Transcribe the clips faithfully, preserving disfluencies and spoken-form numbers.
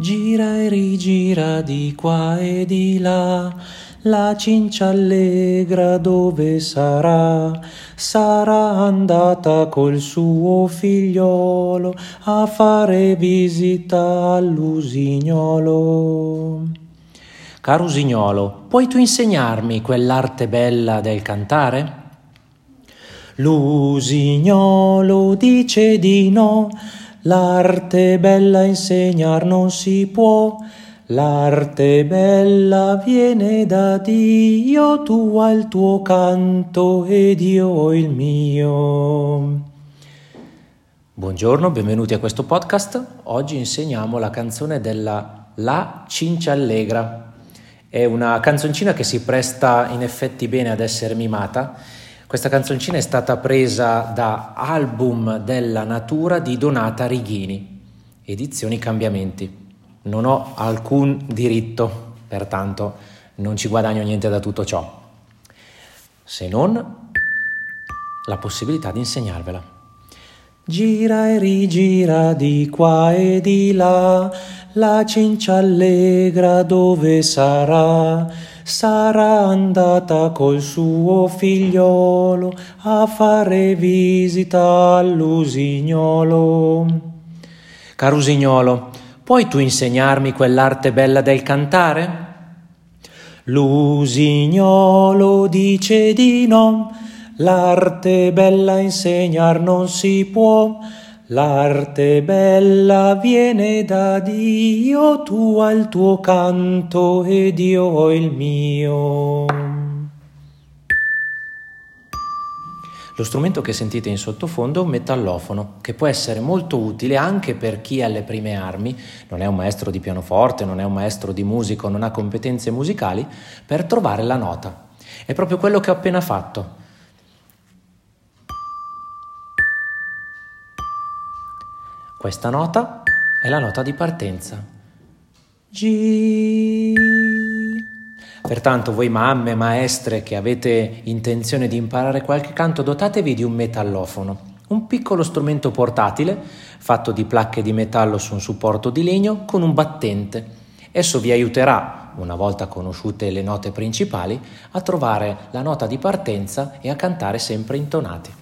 Gira e rigira di qua e di là, la cincia allegra dove sarà? Sarà andata col suo figliolo a fare visita all'usignolo. Caro usignolo, puoi tu insegnarmi quell'arte bella del cantare? L'usignolo dice di no, l'arte bella insegnar non si può. L'arte bella viene da Dio, tu hai il tuo canto ed io ho il mio. Buongiorno, benvenuti a questo podcast. Oggi insegniamo la canzone della La Cincia Allegra. È una canzoncina che si presta in effetti bene ad essere mimata. Questa canzoncina è stata presa da Album della Natura di Donata Righini, edizioni Cambiamenti. Non ho alcun diritto, pertanto non ci guadagno niente da tutto ciò, se non la possibilità di insegnarvela. Gira e rigira di qua e di là, la cincia allegra dove sarà? Sarà andata col suo figliolo a fare visita all'usignolo. Caro usignolo, puoi tu insegnarmi quell'arte bella del cantare? L'usignolo dice di no, l'arte bella insegnar non si può. L'arte bella viene da Dio, tu hai il tuo canto ed io ho il mio. Lo strumento che sentite in sottofondo è un metallofono, che può essere molto utile anche per chi è alle prime armi, non è un maestro di pianoforte, non è un maestro di musica, non ha competenze musicali, per trovare la nota. È proprio quello che ho appena fatto. Questa nota è la nota di partenza. G. Pertanto voi mamme, maestre che avete intenzione di imparare qualche canto, dotatevi di un metallofono, un piccolo strumento portatile fatto di placche di metallo su un supporto di legno con un battente. Esso vi aiuterà, una volta conosciute le note principali, a trovare la nota di partenza e a cantare sempre intonati.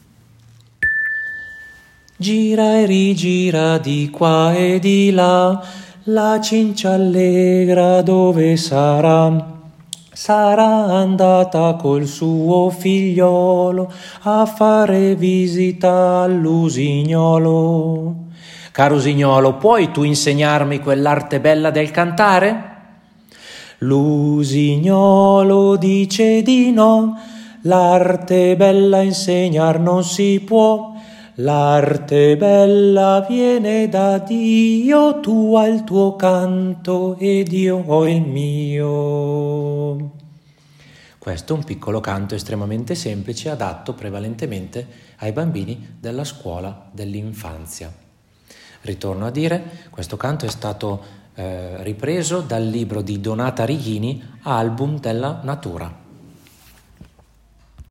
Gira e rigira di qua e di là, la cincia allegra dove sarà? Sarà andata col suo figliolo a fare visita all'usignolo. Caro usignolo, puoi tu insegnarmi quell'arte bella del cantare? L'usignolo dice di no, l'arte bella insegnar non si può. L'arte bella viene da Dio, tu hai il tuo canto ed io ho il mio. Questo è un piccolo canto estremamente semplice, adatto prevalentemente ai bambini della scuola dell'infanzia. Ritorno a dire, questo canto è stato eh, ripreso dal libro di Donata Righini, Album della Natura.